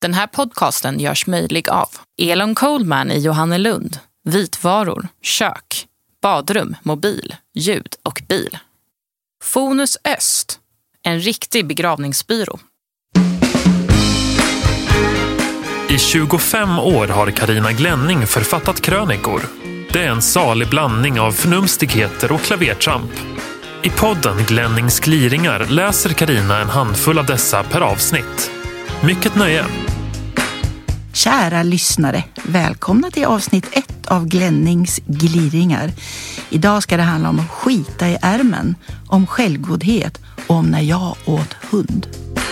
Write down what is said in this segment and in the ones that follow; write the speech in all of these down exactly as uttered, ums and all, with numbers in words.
Den här podcasten görs möjlig av Elon Coleman i Johannelund, vitvaror, kök, badrum, mobil, ljud och bil. Fonus Öst, en riktig begravningsbyrå. I tjugofem år har Carina Glänning författat krönikor. Det är en salig blandning av förnumstigheter och klavertramp. I podden Glennings gliringar läser Carina en handfull av dessa per avsnitt. Mycket nöje! Kära lyssnare, välkomna till avsnitt ett av Glennings gliringar. Idag ska det handla om att skita i ärmen, om självgodhet och om när jag åt hund.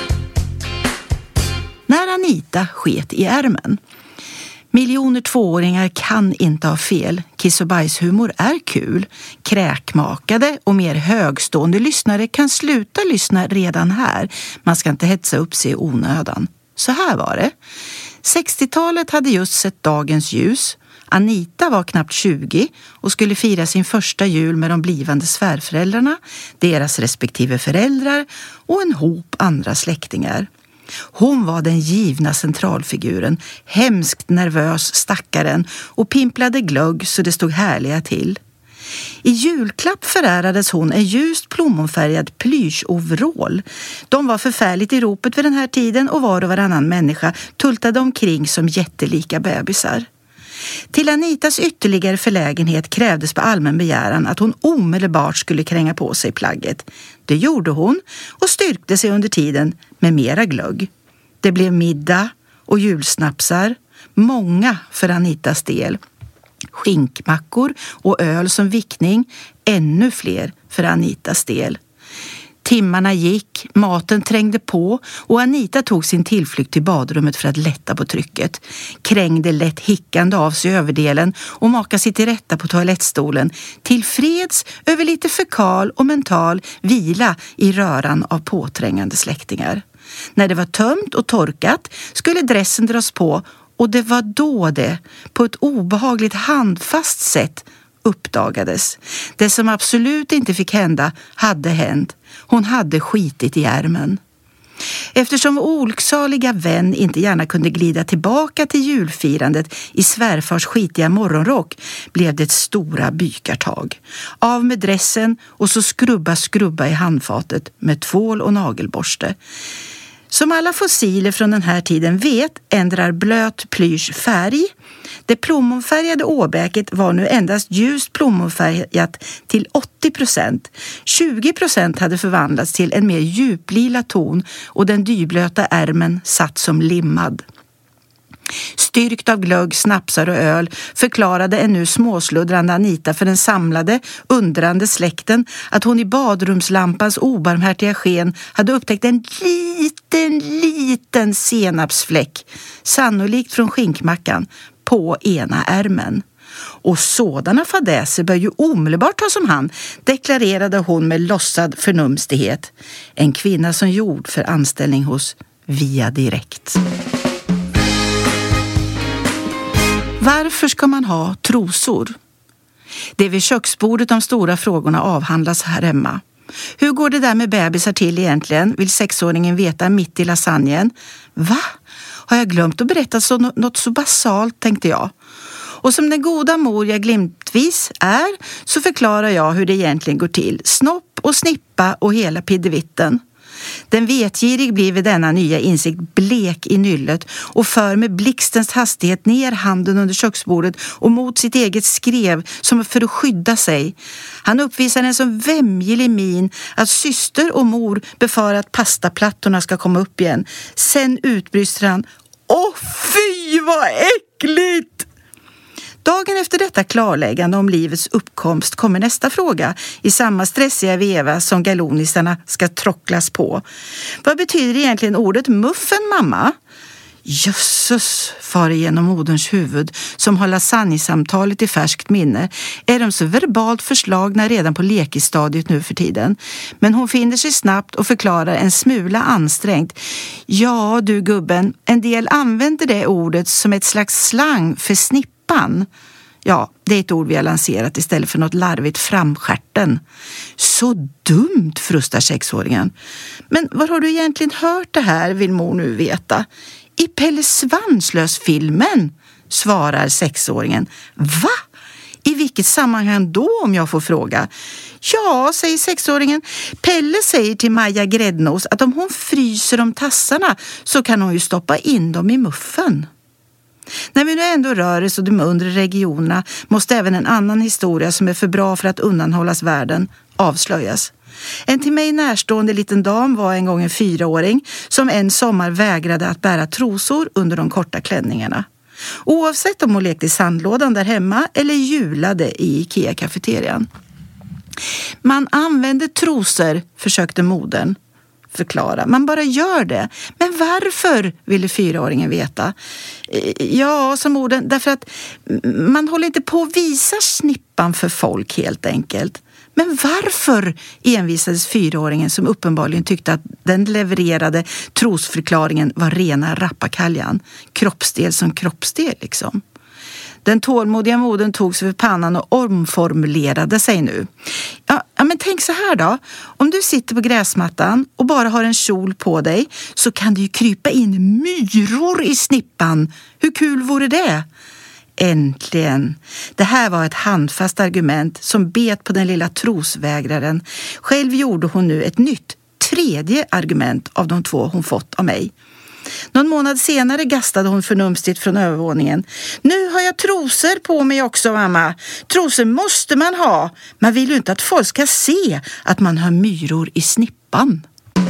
När Anita sket i ärmen. Miljoner tvååringar kan inte ha fel. Kiss- och bajshumor är kul. Kräkmakade och mer högstående lyssnare kan sluta lyssna redan här. Man ska inte hetsa upp sig i onödan. Så här var det. sextiotalet hade just sett dagens ljus. Anita var knappt tjugo och skulle fira sin första jul med de blivande svärföräldrarna, deras respektive föräldrar och en hop andra släktingar. Hon var den givna centralfiguren, hemskt nervös stackaren och pimplade glögg så det stod härliga till. I julklapp förärades hon en ljust plommonfärgad plysch-overall. De var förfärligt i ropet vid den här tiden och var och varannan människa tultade omkring som jättelika bebisar. Till Anitas ytterligare förlägenhet krävdes på allmän begäran att hon omedelbart skulle kränga på sig plagget. Det gjorde hon och styrkte sig under tiden med mera glögg. Det blev middag och julsnapsar, många för Anitas del. Skinkmackor och öl som vickning, ännu fler för Anitas del. Timmarna gick, maten trängde på och Anita tog sin tillflykt till badrummet för att lätta på trycket. Krängde lätt hickande av sig överdelen och makade sig till rätta på toalettstolen. Tillfreds över lite fekal och mental vila i röran av påträngande släktingar. När det var tömt och torkat skulle dressen dras på och det var då det, på ett obehagligt handfast sätt, uppdagades. Det som absolut inte fick hända hade hänt. Hon hade skitit i ärmen. Eftersom vår olycksaliga vän inte gärna kunde glida tillbaka till julfirandet i svärfars skitiga morgonrock blev det stora bykartag. Av med dressen och så skrubba skrubba i handfatet med tvål och nagelborste. Som alla fossiler från den här tiden vet ändrar blöt plysch färg. Det plommonfärgade åbäket var nu endast ljust plommonfärgat till åttio procent. tjugo procent hade förvandlats till en mer djuplila ton och den dyblöta ärmen satt som limmad. Styrkt av glögg, snapsar och öl förklarade en nu småsluddrande Anita för den samlade, undrande släkten att hon i badrumslampans obarmhärtiga sken hade upptäckt en liten, liten senapsfläck, sannolikt från skinkmackan, på ena ärmen. Och sådana fadäser bör ju omedelbart tas om hand, deklarerade hon med lossad förnumstighet. En kvinna som gjord för anställning hos Via Direkt. Varför ska man ha trosor? Det är vid köksbordet de stora frågorna avhandlas här hemma. Hur går det där med bebisar till egentligen? Vill sexåringen veta mitt i lasagnen. Va? Har jag glömt att berätta så något så basalt, tänkte jag. Och som den goda mor jag glimtvis är så förklarar jag hur det egentligen går till. Snopp och snippa och hela piddevitten. Den vetgirig blir vid denna nya insikt blek i nyllet och för med blixtens hastighet ner handen under köksbordet och mot sitt eget skrev som för att skydda sig. Han uppvisar en så vämjelig min att syster och mor befarar att pastaplattorna ska komma upp igen. Sen utbryter han: åh fy vad äckligt! Dagen efter detta klarläggande om livets uppkomst kommer nästa fråga i samma stressiga veva som galonisarna ska trocklas på. Vad betyder egentligen ordet muffen, mamma? Jösses, far igenom moderns huvud som har lasagnesamtalet i färskt minne. Är de så verbalt förslagna redan på lekistadiet nu för tiden? Men hon finner sig snabbt och förklarar en smula ansträngt. Ja, du gubben, en del använder det ordet som ett slags slang för snippan. Ja, det är ett ord vi har lanserat istället för något larvigt framskärten. Så dumt, frustar sexåringen. Men var har du egentligen hört det här, vill mor nu veta? I Pelle Svanslös-filmen, svarar sexåringen. Va? I vilket sammanhang då, om jag får fråga? Ja, säger sexåringen. Pelle säger till Maja Gräddnos att om hon fryser om tassarna så kan hon ju stoppa in dem i muffen. När vi nu ändå rör oss och de undre regionerna måste även en annan historia som är för bra för att undanhållas världen avslöjas. En till mig närstående liten dam var en gång en fyraåring som en sommar vägrade att bära trosor under de korta klänningarna. Oavsett om hon lekte i sandlådan där hemma eller julade i Ikea-kafeterian. Man använder trosor, försökte modern förklara. Man bara gör det. Men varför, ville fyraåringen veta. Ja, som orden, därför att man håller inte på att visa snippan för folk helt enkelt. Men varför, envisades fyraåringen som uppenbarligen tyckte att den levererade trosförklaringen var rena rappakaljan. Kroppsdel som kroppsdel liksom. Den tålmodiga modern tog sig för pannan och omformulerade sig nu. Ja, ja, men tänk så här då. Om du sitter på gräsmattan och bara har en kjol på dig så kan det ju krypa in myror i snippan. Hur kul vore det? Äntligen. Det här var ett handfast argument som bet på den lilla trosvägraren. Själv gjorde hon nu ett nytt, tredje argument av de två hon fått av mig. Någon månad senare gastade hon förnumstigt från övervåningen. Nu har jag trosor på mig också, mamma. Trosor måste man ha. Man vill ju inte att folk ska se att man har myror i snippan.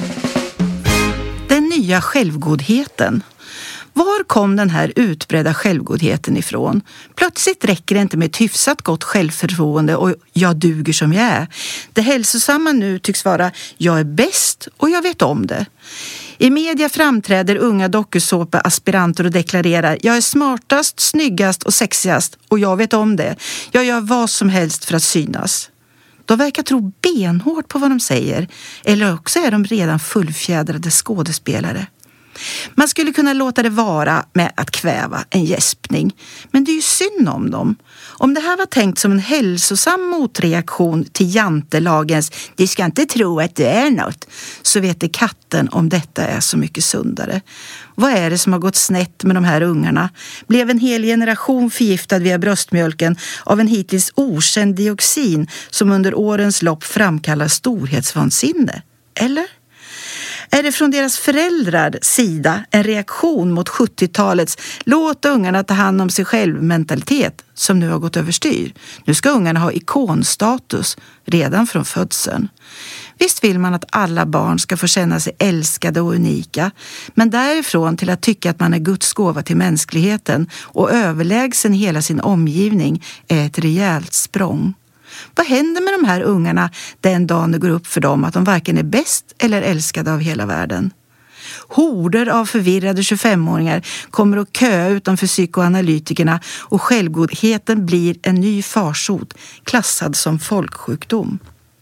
Den nya självgodheten. Var kom den här utbredda självgodheten ifrån? Plötsligt räcker det inte med ett hyfsat gott självförtroende och jag duger som jag är. Det hälsosamma nu tycks vara jag är bäst och jag vet om det. I media framträder unga dokusåpa-aspiranter och deklarerar jag är smartast, snyggast och sexigast och jag vet om det. Jag gör vad som helst för att synas. De verkar tro benhårt på vad de säger eller också är de redan fullfjädrade skådespelare. Man skulle kunna låta det vara med att kväva en gäspning. Men det är ju synd om dem. Om det här var tänkt som en hälsosam motreaktion till jantelagens "de ska inte tro att det är något", så vet det katten om detta är så mycket sundare. Vad är det som har gått snett med de här ungarna? Blev en hel generation förgiftad via bröstmjölken av en hittills okänd dioxin som under årens lopp framkallar storhetsvansinne? Eller? Är det från deras föräldrars sida en reaktion mot sjuttiotalets låt ungarna ta hand om sig själv-mentalitet som nu har gått överstyr? Nu ska ungarna ha ikonstatus redan från födseln. Visst vill man att alla barn ska få känna sig älskade och unika, men därifrån till att tycka att man är Guds gåva till mänskligheten och överlägsen hela sin omgivning är ett rejält språng. Vad händer med de här ungarna den dagen det går upp för dem att de varken är bäst eller älskade av hela världen? Horder av förvirrade tjugofemåringar kommer att köa utanför psykoanalytikerna och självgodheten blir en ny farsot klassad som folksjukdom.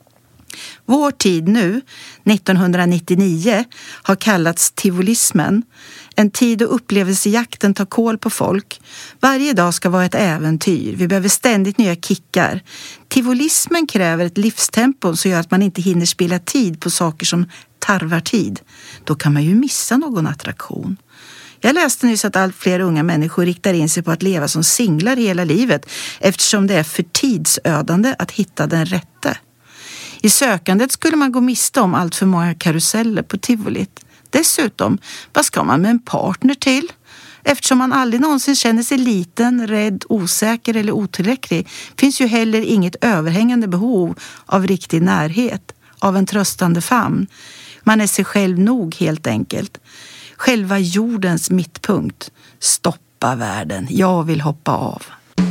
Vår tid nu, nittonhundranittionio, har kallats tivolismen. En tid då upplevelsejakten tar kål på folk. Varje dag ska vara ett äventyr. Vi behöver ständigt nya kickar. Tivolismen kräver ett livstempo som gör att man inte hinner spilla tid på saker som tarvar tid. Då kan man ju missa någon attraktion. Jag läste nyss att allt fler unga människor riktar in sig på att leva som singlar hela livet eftersom det är för tidsödande att hitta den rätte. I sökandet skulle man gå miste om allt för många karuseller på tivolit. Dessutom, vad ska man med en partner till? Eftersom man aldrig någonsin känner sig liten, rädd, osäker eller otillräcklig finns ju heller inget överhängande behov av riktig närhet, av en tröstande famn. Man är sig själv nog helt enkelt. Själva jordens mittpunkt. Stoppa världen, jag vill hoppa av.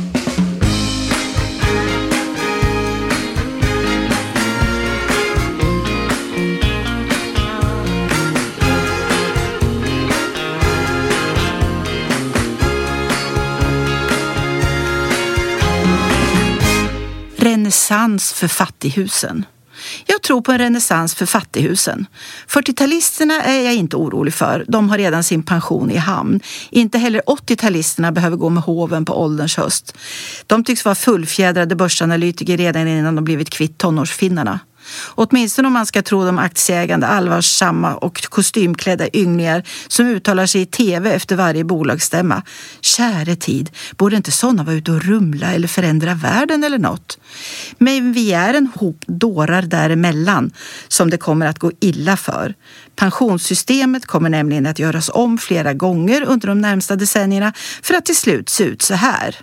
Renässans för fattighusen. Jag tror på en renässans för fattighusen. fyrtiotalisterna är jag inte orolig för. De har redan sin pension i hamn. Inte heller åttio-talisterna behöver gå med hoven på ålderns höst. De tycks vara fullfjädrade börsanalytiker redan innan de blivit kvitt tonårsfinnarna. Åtminstone om man ska tro de aktieägande, allvarsamma och kostymklädda ynglingar som uttalar sig i tv efter varje bolagsstämma. Käre tid, borde inte sådana vara ute och rumla eller förändra världen eller något? Men vi är en hop dårar däremellan som det kommer att gå illa för. Pensionssystemet kommer nämligen att göras om flera gånger under de närmsta decennierna för att till slut se ut så här.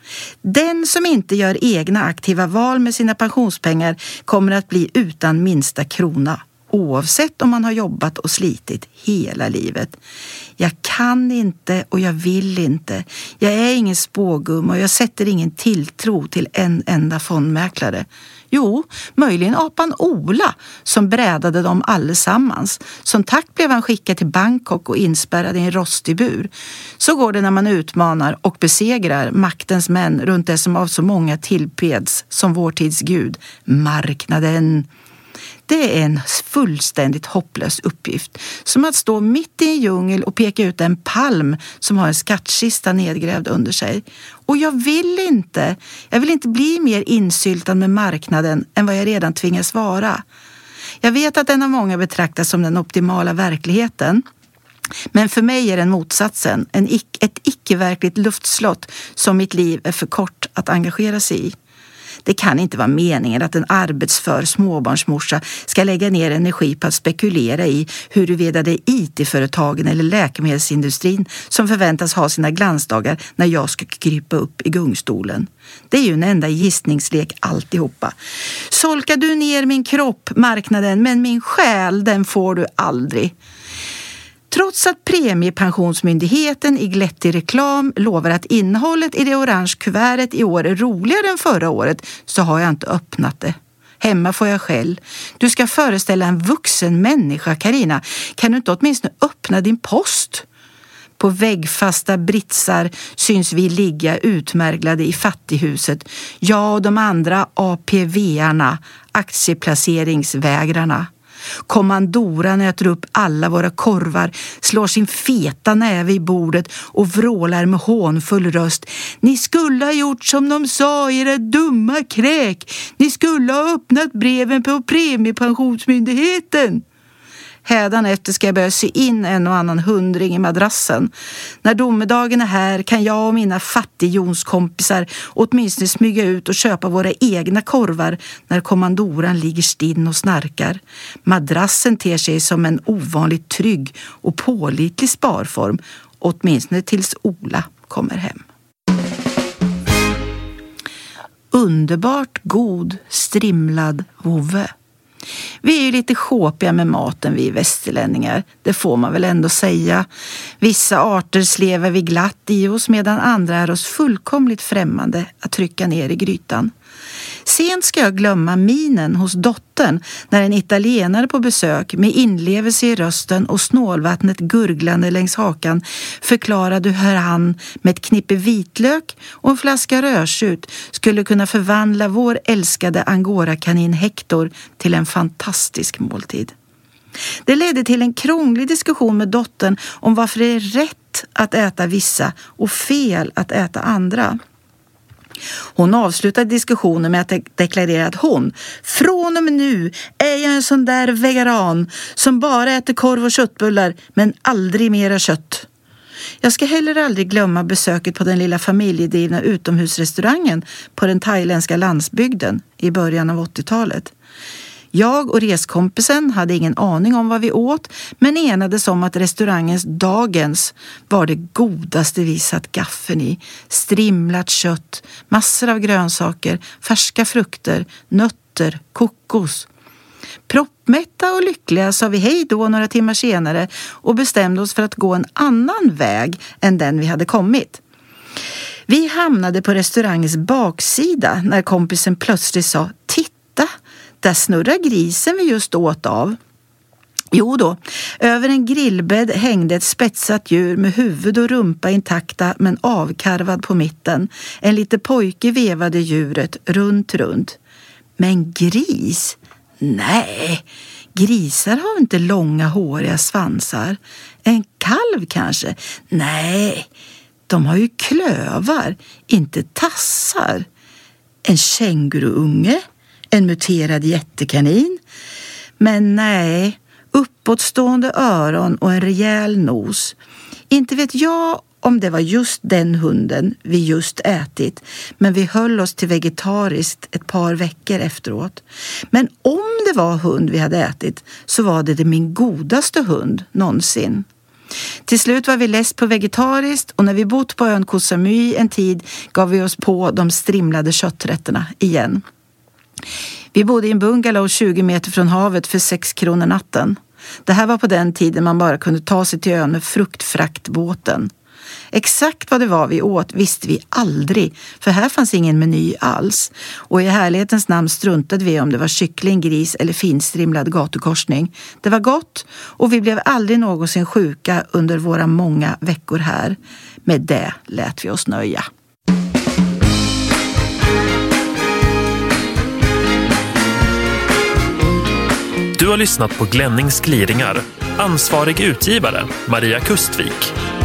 Den som inte gör egna aktiva val med sina pensionspengar kommer att bli utan minsta krona, oavsett om man har jobbat och slitit hela livet. Jag kan inte och jag vill inte. Jag är ingen spågum och jag sätter ingen tilltro till en enda fondmäklare. Jo, möjligen apan Ola som brädade dem allesammans. Som tack blev han skickad till Bangkok och inspärrad i en rostig bur. Så går det när man utmanar och besegrar maktens män runt det som av så många tillpeds som vår tids gud, marknaden. Det är en fullständigt hopplös uppgift. Som att stå mitt i en djungel och peka ut en palm som har en skattkista nedgrävd under sig. Och jag vill inte. Jag vill inte bli mer insyltad med marknaden än vad jag redan tvingas vara. Jag vet att den av många betraktas som den optimala verkligheten. Men för mig är den motsatsen. En, ett icke-verkligt luftslott som mitt liv är för kort att engagera sig i. Det kan inte vara meningen att en arbetsför småbarnsmorsa ska lägga ner energi på att spekulera i huruvida det är I T-företagen eller läkemedelsindustrin som förväntas ha sina glansdagar när jag ska krypa upp i gungstolen. Det är ju en enda gissningslek alltihopa. Solkar du ner min kropp, marknaden, men min själ, den får du aldrig. Trots att Premiepensionsmyndigheten i glättig reklam lovar att innehållet i det orange kuvertet i år är roligare än förra året så har jag inte öppnat det. Hemma får jag skäll. Du ska föreställa en vuxen människa, Carina. Kan du inte åtminstone öppna din post? På väggfasta britsar syns vi ligga utmärglade i fattighuset. Jag och de andra A P V-arna, aktieplaceringsvägrarna. Kommandoran äter upp alla våra korvar, slår sin feta näve i bordet och vrålar med hånfull röst. Ni skulle ha gjort som de sa, era dumma kräk. Ni skulle ha öppnat breven på Premiepensionsmyndigheten. Hädan efter ska jag börja sy in en och annan hundring i madrassen. När domedagen är här kan jag och mina fattigjonskompisar åtminstone smyga ut och köpa våra egna korvar när kommandoran ligger stinn och snarkar. Madrassen ter sig som en ovanligt trygg och pålitlig sparform, åtminstone tills Ola kommer hem. Underbart god strimlad vovve. Vi är ju lite sjåpiga med maten, vi västerlänningar. Det får man väl ändå säga. Vissa arter slevar vi glatt i oss medan andra är oss fullkomligt främmande att trycka ner i grytan. Sent ska jag glömma minen hos dottern när en italienare på besök med inlevelse i rösten och snålvattnet gurglande längs hakan förklarade hur han med ett knippe vitlök och en flaska rödtjut skulle kunna förvandla vår älskade angorakanin Hector till en fantastisk måltid. Det ledde till en krånglig diskussion med dottern om varför det är rätt att äta vissa och fel att äta andra. Hon avslutade diskussionen med att deklarera att hon, från och med nu är jag en sån där vegan som bara äter korv och köttbullar men aldrig mera kött. Jag ska heller aldrig glömma besöket på den lilla familjedrivna utomhusrestaurangen på den thailändska landsbygden i början av åttiotalet. Jag och reskompisen hade ingen aning om vad vi åt, men enades om att restaurangens dagens var det godaste vi satt gaffeln i. Strimlat kött, massor av grönsaker, färska frukter, nötter, kokos. Proppmätta och lyckliga sa vi hej då några timmar senare och bestämde oss för att gå en annan väg än den vi hade kommit. Vi hamnade på restaurangens baksida när kompisen plötsligt sa titta. Där snurrar grisen vi just åt av. Jo då, över en grillbädd hängde ett spetsat djur med huvud och rumpa intakta men avkarvad på mitten. En liten pojke vevade djuret runt runt. Men gris? Nej, grisar har inte långa håriga svansar. En kalv kanske? Nej, de har ju klövar, inte tassar. En känguruunge? En muterad jättekanin? Men nej, uppåtstående öron och en rejäl nos. Inte vet jag om det var just den hunden vi just ätit, men vi höll oss till vegetariskt ett par veckor efteråt. Men om det var hund vi hade ätit så var det, det min godaste hund någonsin. Till slut var vi less på vegetariskt och när vi bott på ön Koh Samui en tid gav vi oss på de strimlade kötträtterna igen. Vi bodde i en bungalow tjugo meter från havet för sex kronor natten. Det här var på den tiden man bara kunde ta sig till ön med fruktfraktbåten. Exakt vad det var vi åt visste vi aldrig, för här fanns ingen meny alls. Och i härlighetens namn struntade vi om det var kyckling, gris eller finstrimlad gatukorsning. Det var gott och vi blev aldrig någonsin sjuka under våra många veckor här. Med det lät vi oss nöja. Du har lyssnat på Glennings gliringar. Ansvarig utgivare Maria Kustvik.